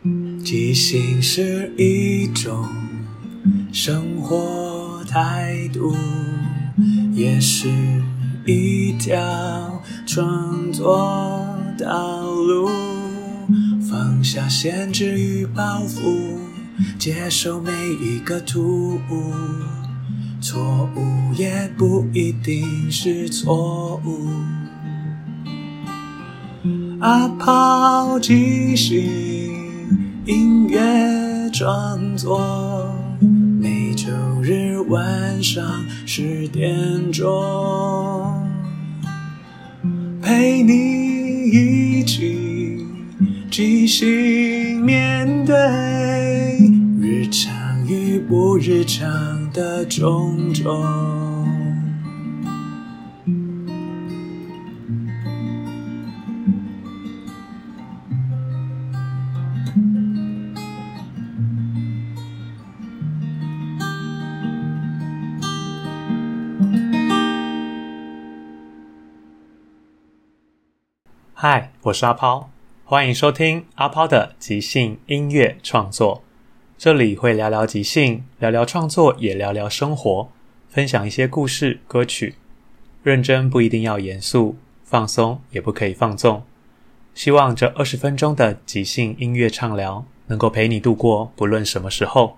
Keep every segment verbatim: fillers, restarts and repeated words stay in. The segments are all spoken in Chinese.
即兴是一种生活态度，也是一条创作道路。放下限制与包袱，接受每一个突兀，错误也不一定是错误。阿抛即兴音乐创作，每周日晚上十点钟，陪你一起即兴面对日常与不日常的种种。 嗨，我是阿抛，欢迎收听阿抛的即兴音乐创作。这里会聊聊即兴，聊聊创作，也聊聊生活，分享一些故事、歌曲。认真不一定要严肃，放松也不可以放纵。希望这二十分钟的即兴音乐畅聊能够陪你度过不论什么时候。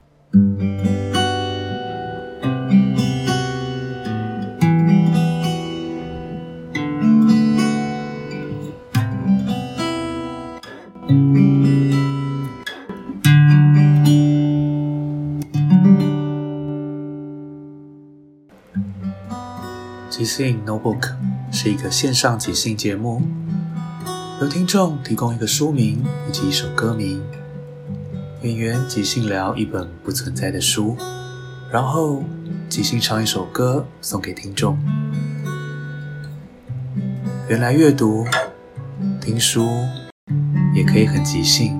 即兴 Notebook 是一个线上即兴节目，由听众提供一个书名以及一首歌名，演员即兴聊一本不存在的书，然后即兴唱一首歌送给听众。原来阅读、听书也可以很即兴。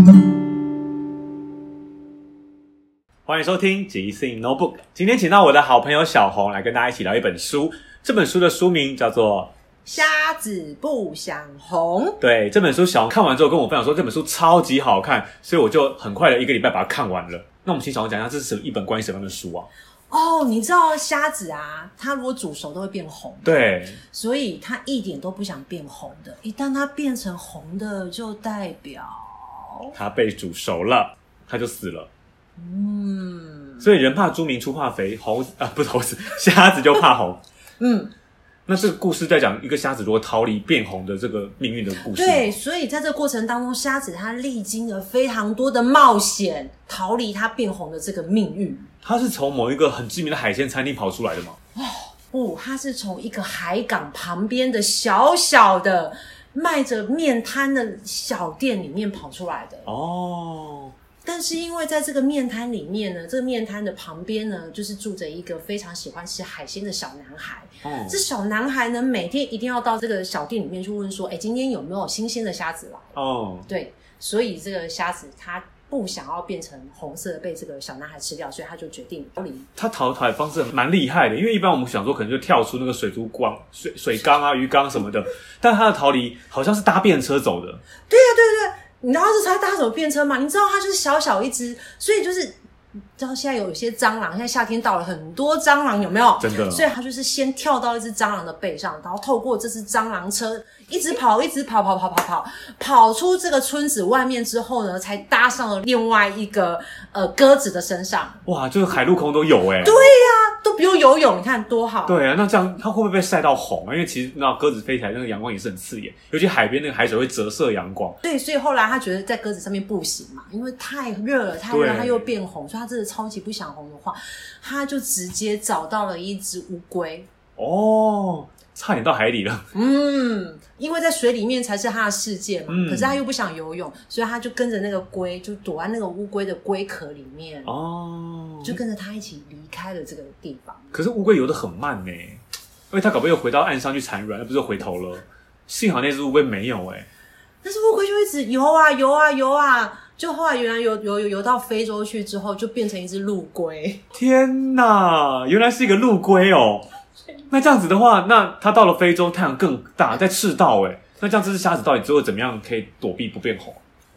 欢迎收听即兴 Notebook， 今天请到我的好朋友小红来跟大家一起聊一本书。这本书的书名叫做瞎子不想红。 对，这本书小红看完之后跟我分享说这本书超级好看，所以我就很快的一个礼拜把它看完了。那我们请小红讲一下这是一本关于什么样的书啊？ 哦，你知道虾子啊，它如果煮熟都会变红， 对， 所以它一点都不想变红的。一旦它变成红的，就代表它被煮熟了，它就死了。 嗯， 所以人怕猪名，猪怕肥，猴子啊不是猴子，虾子就怕红。 嗯， 那这个故事在讲一个虾子如何逃离变红的这个命运的故事。 对，所以在这个过程当中，虾子它历经了非常多的冒险，逃离它变红的这个命运。 它是从某一个很知名的海鲜餐厅跑出来的吗？ 哦，不，它是从一个海港旁边的小小的卖着面摊的小店里面跑出来的。 哦。 但是因为在这个面摊里面呢，这个面摊的旁边呢，就是住着一个非常喜欢吃海鲜的小男孩。哦，这小男孩呢，每天一定要到这个小店里面去问说，哎，今天有没有新鲜的虾子来？哦，对，所以这个虾子他不想要变成红色的被这个小男孩吃掉，所以他就决定逃离。 他逃逃的方式蛮厉害的，因为一般我们想说可能就跳出那个水族馆、水水缸啊、鱼缸什么的，但他的逃离好像是搭便车走的。 对啊，对对。你知道这才搭什么便车吗？你知道它就是小小一只，所以就是你知道现在有一些蟑螂，现在夏天到了，很多蟑螂有没有？ 真的。 所以它就是先跳到一只蟑螂的背上，然后透过这只蟑螂车一直跑，一直跑，跑跑跑跑跑出这个村子外面之后呢，才搭上了另外一个呃鸽子的身上。 哇，就是海陆空都有哎、欸。 对呀、啊，都不用游泳，你看多好。 对啊，那这样它会不会被晒到红啊？因为其实那鸽子飞起来那个阳光也是很刺眼，尤其海边那个海水会折射阳光。 对，所以后来他觉得在鸽子上面不行嘛，因为太热了，太热它又变红，所以他真的超级不想红的话，他就直接找到了一只乌龟。 哦，差点到海里了。 嗯，因为在水里面才是他的世界嘛， 嗯、 可是他又不想游泳，所以他就跟着那个龟，就躲在那个乌龟的龟壳里面。哦，就跟着他一起离开了这个地方。 可是乌龟游得很慢呢，因为他搞不好又回到岸上去产卵，而不是回头了。幸好那只乌龟没有哎。 但是乌龟就一直游啊游啊游啊，就后来原来游游游游到非洲去之后，就变成一只陆龟。 天哪，原来是一个陆龟哦！那这样子的话，那它到了非洲，太阳更大，在赤道哎，那这样这只虾子到底最后怎么样可以躲避不变红？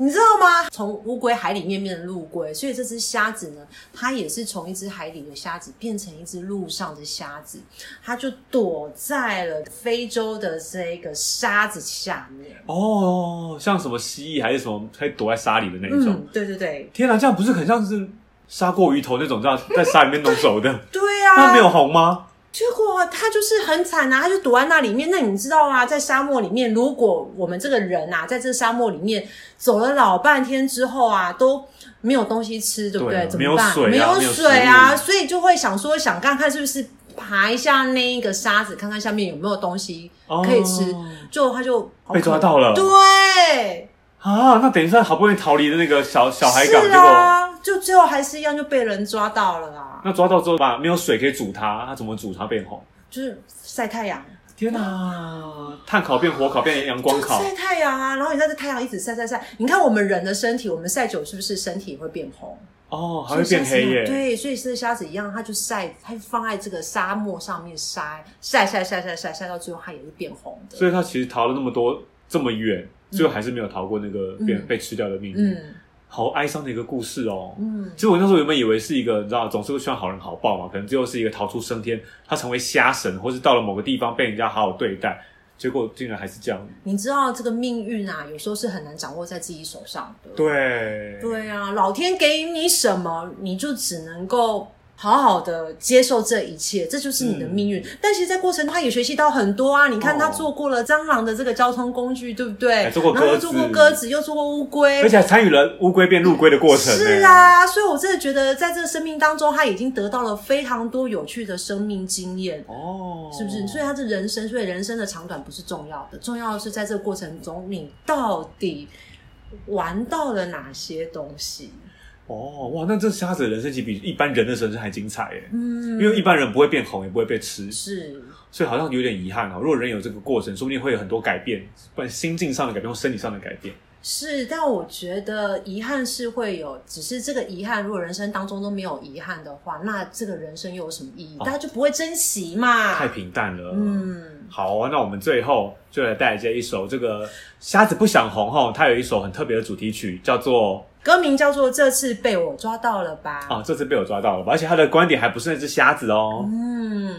你知道吗？从乌龟海里面变成陆龟，所以这只虾子呢，它也是从一只海里的虾子变成一只陆上的虾子，它就躲在了非洲的这个沙子下面。 哦，像什么蜥蜴还是什么，可以躲在沙里的那一种。 嗯，对对对。 天哪，这样不是很像是砂锅鱼头那种，这样在沙里面弄熟的？ 对啊， 那没有红吗？ 结果他就是很惨啊，他就躲在那里面。那你知道啊，在沙漠里面，如果我们这个人啊，在这沙漠里面走了老半天之后啊，都没有东西吃，对不对？ 对啊， 怎么办？ 没有水啊， 没有水啊，所以就会想说，想看看是不是爬一下那一个沙子，看看下面有没有东西可以吃。哦，就他就被抓到了。 对啊，那等于说好不容易逃离的那个小小海港， 是啊，就最后还是一样就被人抓到了啊。 那抓到之后吧，没有水可以煮它，它怎么煮它变红？ 就是晒太阳。 天哪，炭烤变火烤变阳光烤， 晒太阳啊，然后你在这太阳一直晒晒晒，你看我们人的身体，我们晒久是不是身体会变红？ 哦，还会变黑耶。 对，所以是虾子一样，它就晒，它放在这个沙漠上面晒晒晒晒晒晒晒到最后，它也是变红的。 所以它其实逃了那么多这么远，最后还是没有逃过那个被、嗯、被吃掉的命运。嗯，好哀伤的一个故事哦。嗯，其实我那时候原本以为是一个，你知道，总是会希望好人好报嘛，可能最后是一个逃出升天，他成为虾神，或是到了某个地方被人家好好对待，结果竟然还是这样。 你知道这个命运啊，有时候是很难掌握在自己手上的。 对， 对啊，老天给你什么，你就只能够好好的接受这一切，这就是你的命运。嗯、但其实在过程中他也学习到很多啊，你看他做过了蟑螂的这个交通工具，对不对？ 做过鸽子， 然后又做过鸽子，又做过乌龟， 而且还参与了乌龟变陆龟的过程。 是啊，所以我真的觉得在这个生命当中，他已经得到了非常多有趣的生命经验。哦，是不是？所以他的人生，所以人生的长短不是重要的，重要的是在这个过程中你到底玩到了哪些东西。 哦，哇，那这虾子的人生其实比一般人的人生还精彩耶。嗯，因为一般人不会变红，也不会被吃， 是，所以好像有点遗憾哦。如果人有这个过程，说不定会有很多改变，不然心境上的改变或身体上的改变。 是，但我觉得遗憾是会有，只是这个遗憾，如果人生当中都没有遗憾的话，那这个人生又有什么意义？哦、大家就不会珍惜嘛， 太平淡了。嗯，好啊，那我们最后就来带来这一首这个虾子不想红哈，它有一首很特别的主题曲，叫做。 歌名叫做《这次被我抓到了吧》。 哦，这次被我抓到了吧，而且他的观点还不是那只虾子哦。嗯。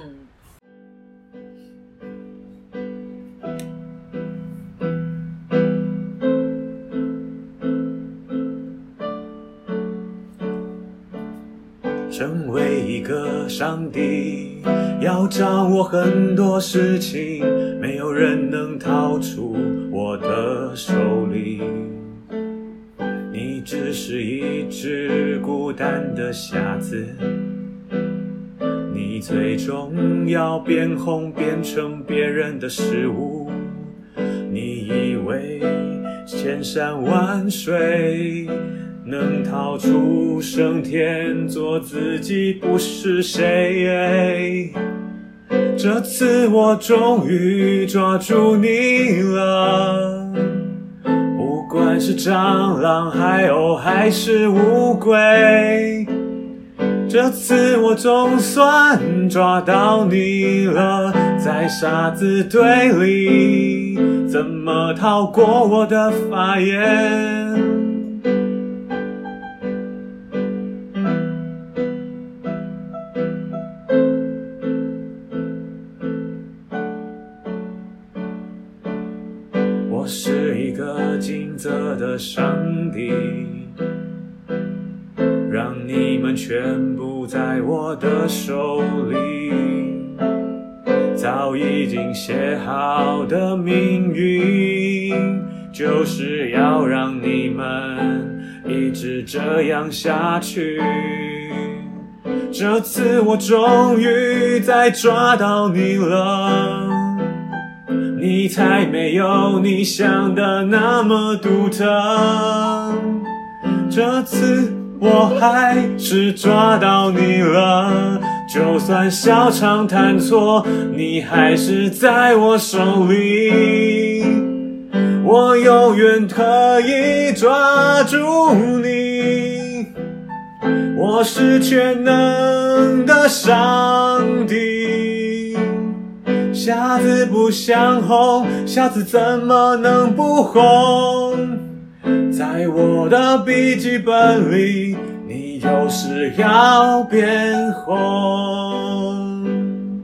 成为一个上帝，要掌握很多事情，没有人能逃出我的手里。你只是一只孤单的瞎子，你最终要变红，变成别人的食物。你以为千山万水能逃出升天，做自己不是谁。这次我终于抓住你了，不管是蟑螂、海鸥还是乌龟，这次我总算抓到你了。在沙子堆里，怎么逃过我的法眼？我是一个尽责的上帝，让你们全部在我的手里。早已经写好的命运，就是要让你们一直这样下去。这次我终于再抓到你了，你才没有你想的那么独特。这次我还是抓到你了，就算小肠弹错，你还是在我手里。我永远可以抓住你，我是全能的上帝。瞎子不想红，瞎子怎么能不红？ 在我的笔记本里，你有时要变红。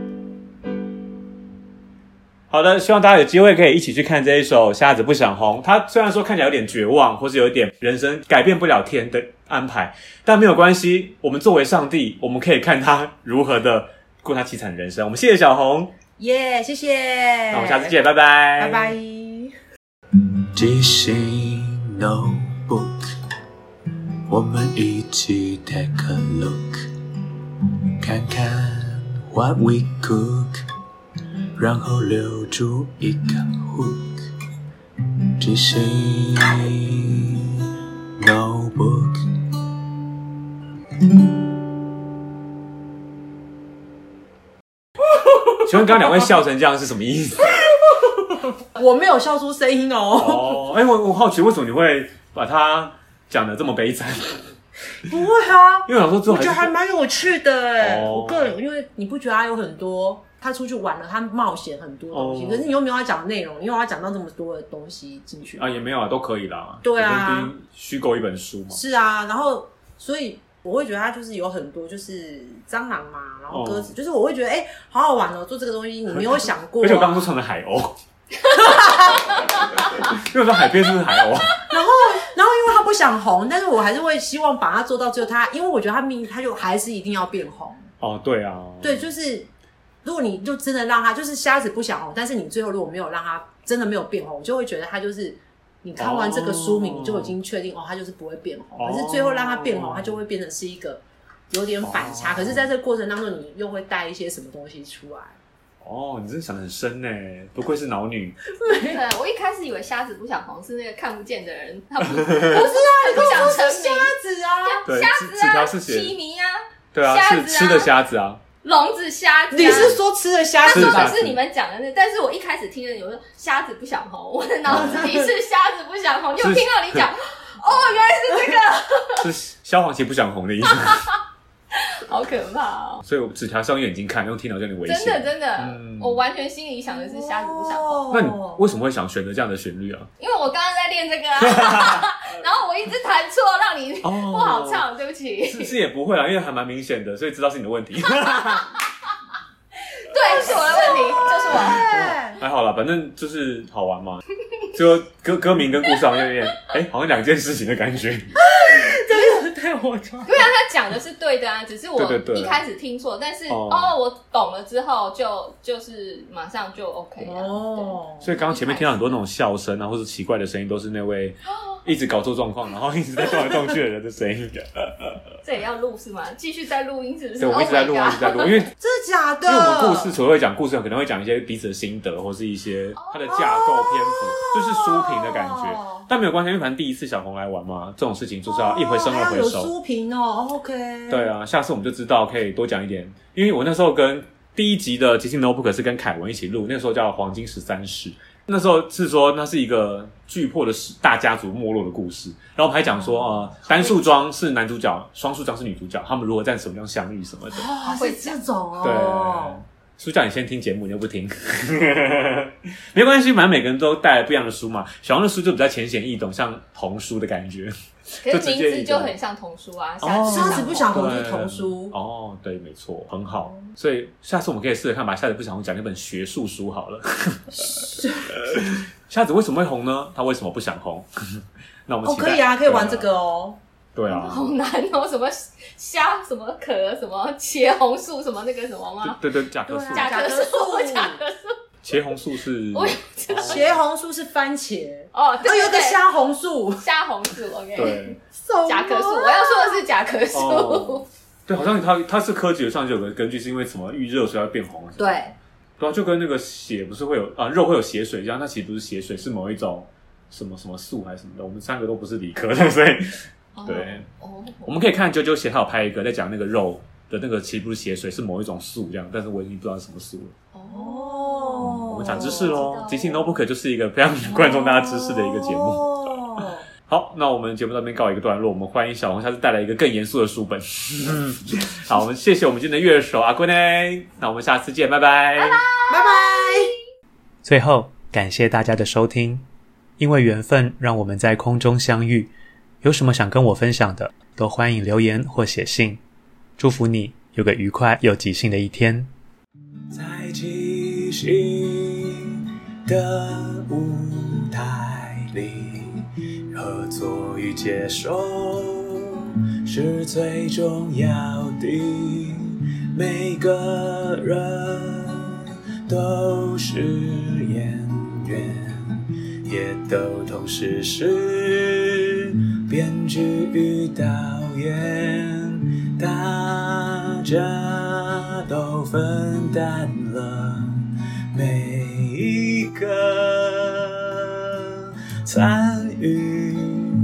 好的，希望大家有机会可以一起去看这一首《瞎子不想红》。它虽然说看起来有点绝望，或是有点人生改变不了天的安排，但没有关系。我们作为上帝，我们可以看他如何的过他凄惨的人生。我们谢谢小红， 耶、yeah, 谢谢。 那我们下次见，拜拜， 拜拜。 即兴 notebook， 我们一起 take a look， 看看 what we cook，然后留住一个 hook， 即兴 notebook。 请问刚刚两位笑成这样是什么意思？ 我没有笑出声音哦。 哦，哎、欸，我我好奇为什么你会把它讲得这么悲惨？ 不会啊， 因为我想说之后我觉得还蛮有趣的哎、 哦。 我个人因为你不觉得他有很多，他出去玩了，他冒险很多东西、哦，可是你又没有要讲内容，你又要讲到这么多的东西进去啊，也没有啊，都可以啦。 对啊， 虚构一本书嘛。 是啊，然后所以我会觉得他就是有很多就是蟑螂嘛，然后鸽子，哦、就是我会觉得哎、欸，好好玩哦，做这个东西你没有想过、啊。 而且我刚刚说唱的海鸥。因为我说海边是不是海鸥？ 然后，然后因为他不想红，但是我还是会希望把他做到最后。他因为我觉得他命，他就还是一定要变红。 哦，对啊， 对，就是如果你就真的让他就是瞎子不想红，但是你最后如果没有让他真的没有变红，我就会觉得他就是你看完这个书名，你就已经确定哦，他就是不会变红。可是最后让他变红，他就会变成是一个有点反差。可是在这个过程当中，你又会带一些什么东西出来。 哦，你真的想得很深呢，不愧是脑女。 对，我一开始以为瞎子不想红是那个看不见的人，他不不是啊，你跟我说是瞎子啊， 对， 瞎子啊， 纸条是写奇迷啊， 对啊，是吃的瞎子啊， 聋子瞎子、啊。 你是说吃的瞎子？ 他说的是你们讲的那，但是我一开始听的有说瞎子不想红，我的脑子里是瞎子不想红，就听到你讲，哦，原来是这个， 是萧煌奇不想红的意思。 好可怕哦！ 所以我纸条是用眼睛看，用听到就有点危险。 真的真的、嗯，我完全心里想的是瞎子不想红。 那你为什么会想选择这样的旋律啊？ 因为我刚刚在练这个啊，然后我一直弹错，让你不好唱，哦、对不起。 是是也不会啦，因为还蛮明显的，所以知道是你的问题。 对，是我的问题，就是我。 还好啦，反正就是好玩嘛。就歌歌名跟故事好像有点，哎、欸，好像两件事情的感觉。 真的对我错。 对啊，他讲的是对的啊，只是我一开始听错，但是哦, 哦，我懂了之后就就是马上就 OK 了。哦， 所以刚刚前面听到很多那种笑声啊，或是奇怪的声音，都是那位一直搞错状况，然后一直在动来动去的人的声音。 这也要录是吗？继续在录音是不是？ 对，我们一直在录， oh、 一直在录，因为真的假的？ 因为我们故事除了会讲故事，可能会讲一些彼此的心得，或是一些它的架构篇幅， oh、就是书评的感觉。Oh、但没有关系，因为反正第一次小红来玩嘛，这种事情就是要一回生二回熟。 有书评哦 ，OK。 对啊，下次我们就知道可以多讲一点，因为我那时候跟第一集的即兴 Notebook 是跟凯文一起录，那时候叫黄金十三世。那时候是说那是一个巨破的大家族没落的故事，然后我们还讲说呃，单树庄是男主角，双树庄是女主角，他们如何在什么地方相遇什么的。 哦，会这种哦。 对。书叫你先听节目，你又不听，没关系，反正每个人都带来不一样的书嘛。小红的书就比较浅显易懂，像童书的感觉。 可是名字就很像童书啊， 瞎子不想红是童书。 哦，对，没错，很好。所以下次我们可以试着看，把瞎子不想红讲那本学术书好了。瞎子为什么会红呢？他为什么不想红？那我们哦可以啊，可以玩这个哦。 对啊， 好难哦！什么虾，什么壳，什么茄红素，什么那个什么吗？ 对对，甲壳素， 甲壳素，甲壳素。 茄红素是， 我也知道。 茄红素是番茄哦，对， 有个虾红素， 虾红素 ，OK。 对， 甲壳素，我要说的是甲壳素。 哦、对，好像它它是科学上就有个根据，是因为什么遇热所以会变红。 对， 对啊，就跟那个血不是会有啊肉会有血水这样，它其实不是血水，是某一种什么什么素还是什么的。我们三个都不是理科的，所以。对、哦，我们可以看啾啾鞋，他有拍一个在讲那个肉的那个，其实不是血水，是某一种素这样，但是我已经不知道是什么素了。哦、嗯，我们长知识咯，即兴 Notebook 就是一个非常贯通大家知识的一个节目。哦，好，那我们节目到这边告一个段落，我们欢迎小红下次带来一个更严肃的书本。好，我们谢谢我们今天的乐手阿坤呢，那我们下次见，拜拜， 拜拜， 拜拜。 最后感谢大家的收听。 因为缘分让我们在空中相遇，有什么想跟我分享的，都欢迎留言或写信。祝福你有个愉快又即兴的一天。 在即兴的舞台里，合作与接受是最重要的，每个人都是演员，也都同时是编剧与导演，大家都分担了每一个参与，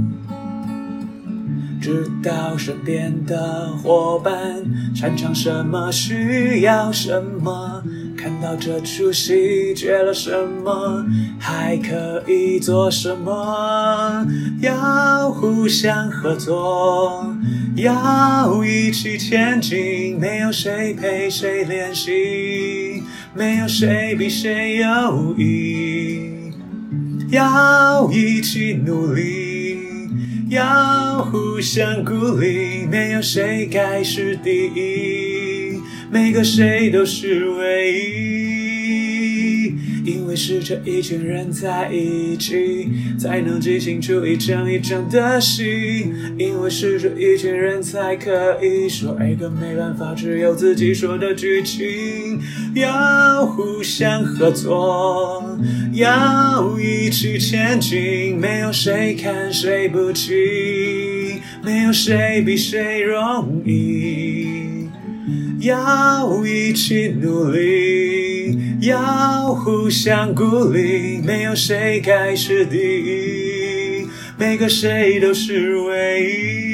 知道身边的伙伴擅长什么，需要什么，看到这出戏缺了什么，还可以做什么，要互相合作，要一起前进，没有谁陪谁练习，没有谁比谁优异，要一起努力，要互相鼓励，没有谁该是第一，每个谁都是唯一，因为是这一群人在一起，才能即兴出一场一场的戏，因为是这一群人才可以说一个没办法只有自己说的剧情，要互相合作，要一起前进，没有谁看谁不起，没有谁比谁容易，要一起努力，要互相鼓励，没有谁该是第一，每个谁都是唯一。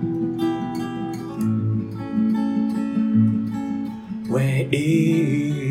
唯一